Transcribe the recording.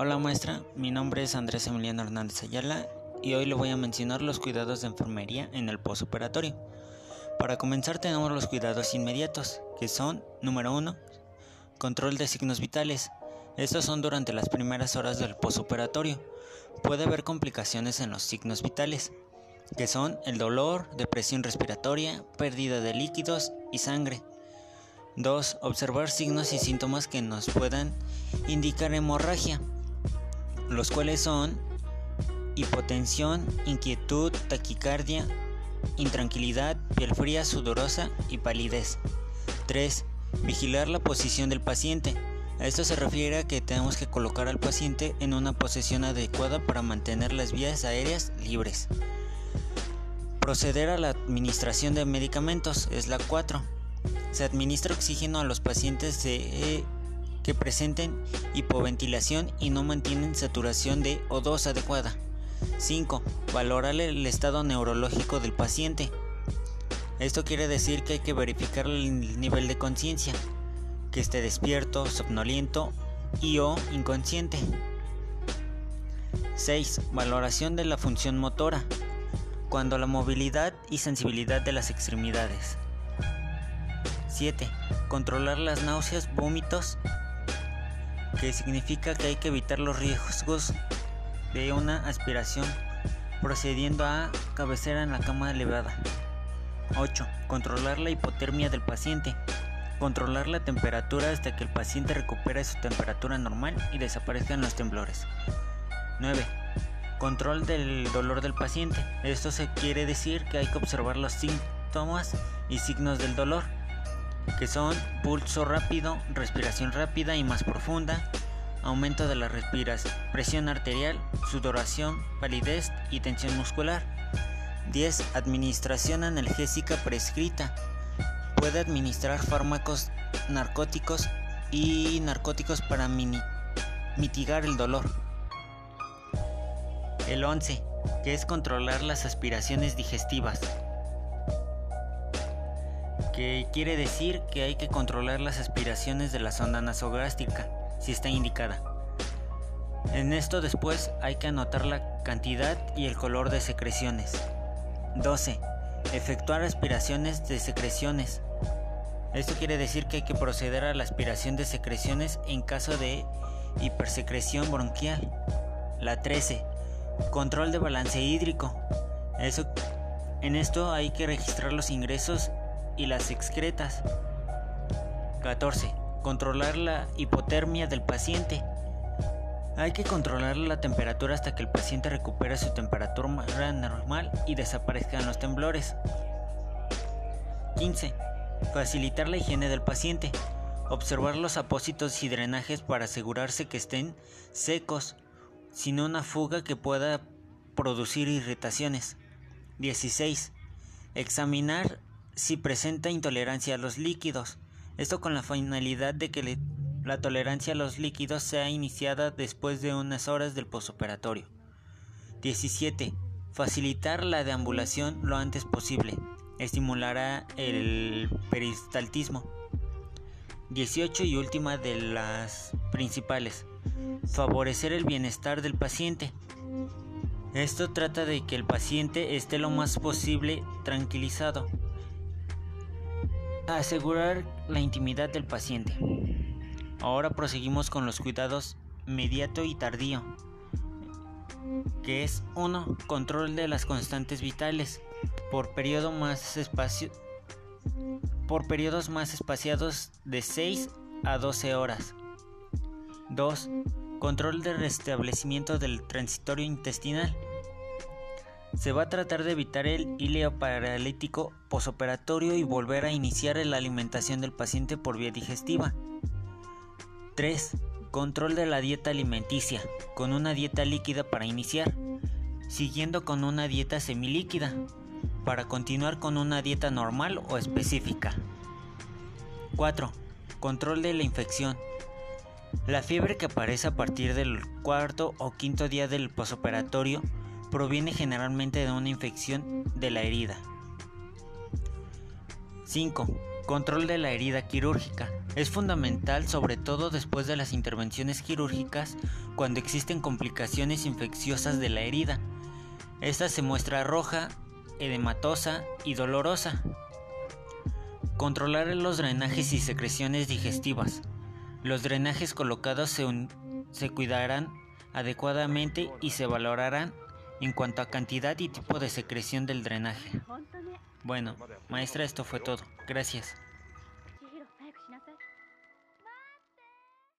Hola maestra, mi nombre es Andrés Emiliano Hernández Ayala y hoy le voy a mencionar los cuidados de enfermería en el postoperatorio. Para comenzar tenemos los cuidados inmediatos, que son, número 1, control de signos vitales. Estos son durante las primeras horas del postoperatorio. Puede haber complicaciones en los signos vitales, que son el dolor, depresión respiratoria, pérdida de líquidos y sangre. 2. Observar signos y síntomas que nos puedan indicar hemorragia, los cuales son hipotensión, inquietud, taquicardia, intranquilidad, piel fría, sudorosa y palidez. 3. Vigilar la posición del paciente. A esto se refiere a que tenemos que colocar al paciente en una posición adecuada para mantener las vías aéreas libres. Proceder a la administración de medicamentos es la 4. Se administra oxígeno a los pacientes que presenten hipoventilación y no mantienen saturación de O2 adecuada. 5. Valorar el estado neurológico del paciente. Esto quiere decir que hay que verificar el nivel de conciencia, que esté despierto, somnoliento o inconsciente. 6. Valoración de la función motora, cuando la movilidad y sensibilidad de las extremidades. 7. Controlar las náuseas, vómitos, que significa que hay que evitar los riesgos de una aspiración procediendo a cabecera en la cama elevada. 8. Controlar la hipotermia del paciente. Controlar la temperatura hasta que el paciente recupere su temperatura normal y desaparezcan los temblores. 9. Control del dolor del paciente. Esto se quiere decir que hay que observar los síntomas y signos del dolor, que son pulso rápido, respiración rápida y más profunda, aumento de la respiración, presión arterial, sudoración, palidez y tensión muscular. 10. Administración analgésica prescrita. Puede administrar fármacos narcóticos y narcóticos para mitigar el dolor. El 11, que es controlar las aspiraciones digestivas, que quiere decir que hay que controlar las aspiraciones de la sonda nasogástrica, si está indicada. En esto después hay que anotar la cantidad y el color de secreciones. 12. Efectuar aspiraciones de secreciones. Esto quiere decir que hay que proceder a la aspiración de secreciones en caso de hipersecreción bronquial. La 13. Control de balance hídrico. En esto hay que registrar los ingresos y las excretas. 14. Controlar la hipotermia del paciente. Hay que controlar la temperatura hasta que el paciente recupere su temperatura normal y desaparezcan los temblores. 15. Facilitar la higiene del paciente. Observar los apósitos y drenajes para asegurarse que estén secos, sin una fuga que pueda producir irritaciones. 16. Examinar si presenta intolerancia a los líquidos. Esto con la finalidad de que la tolerancia a los líquidos sea iniciada después de unas horas del postoperatorio. 17. Facilitar la deambulación lo antes posible. Estimulará el peristaltismo. 18 y última de las principales. Favorecer el bienestar del paciente. Esto trata de que el paciente esté lo más posible tranquilizado. Asegurar la intimidad del paciente. Ahora proseguimos con los cuidados inmediato y tardío, que es 1. Control de las constantes vitales por periodos más espaciados de 6 a 12 horas. 2. Control de restablecimiento del transitorio intestinal. Se va a tratar de evitar el ileo paralítico posoperatorio y volver a iniciar la alimentación del paciente por vía digestiva. 3. Control de la dieta alimenticia, con una dieta líquida para iniciar, siguiendo con una dieta semilíquida, para continuar con una dieta normal o específica. 4. Control de la infección. La fiebre que aparece a partir del cuarto o quinto día del posoperatorio proviene generalmente de una infección de la herida. 5. Control de la herida quirúrgica. Es fundamental, sobre todo después de las intervenciones quirúrgicas, cuando existen complicaciones infecciosas de la herida. Esta se muestra roja, edematosa y dolorosa. Controlar los drenajes y secreciones digestivas. Los drenajes colocados se cuidarán adecuadamente y se valorarán en cuanto a cantidad y tipo de secreción del drenaje. Bueno, maestra, esto fue todo. Gracias.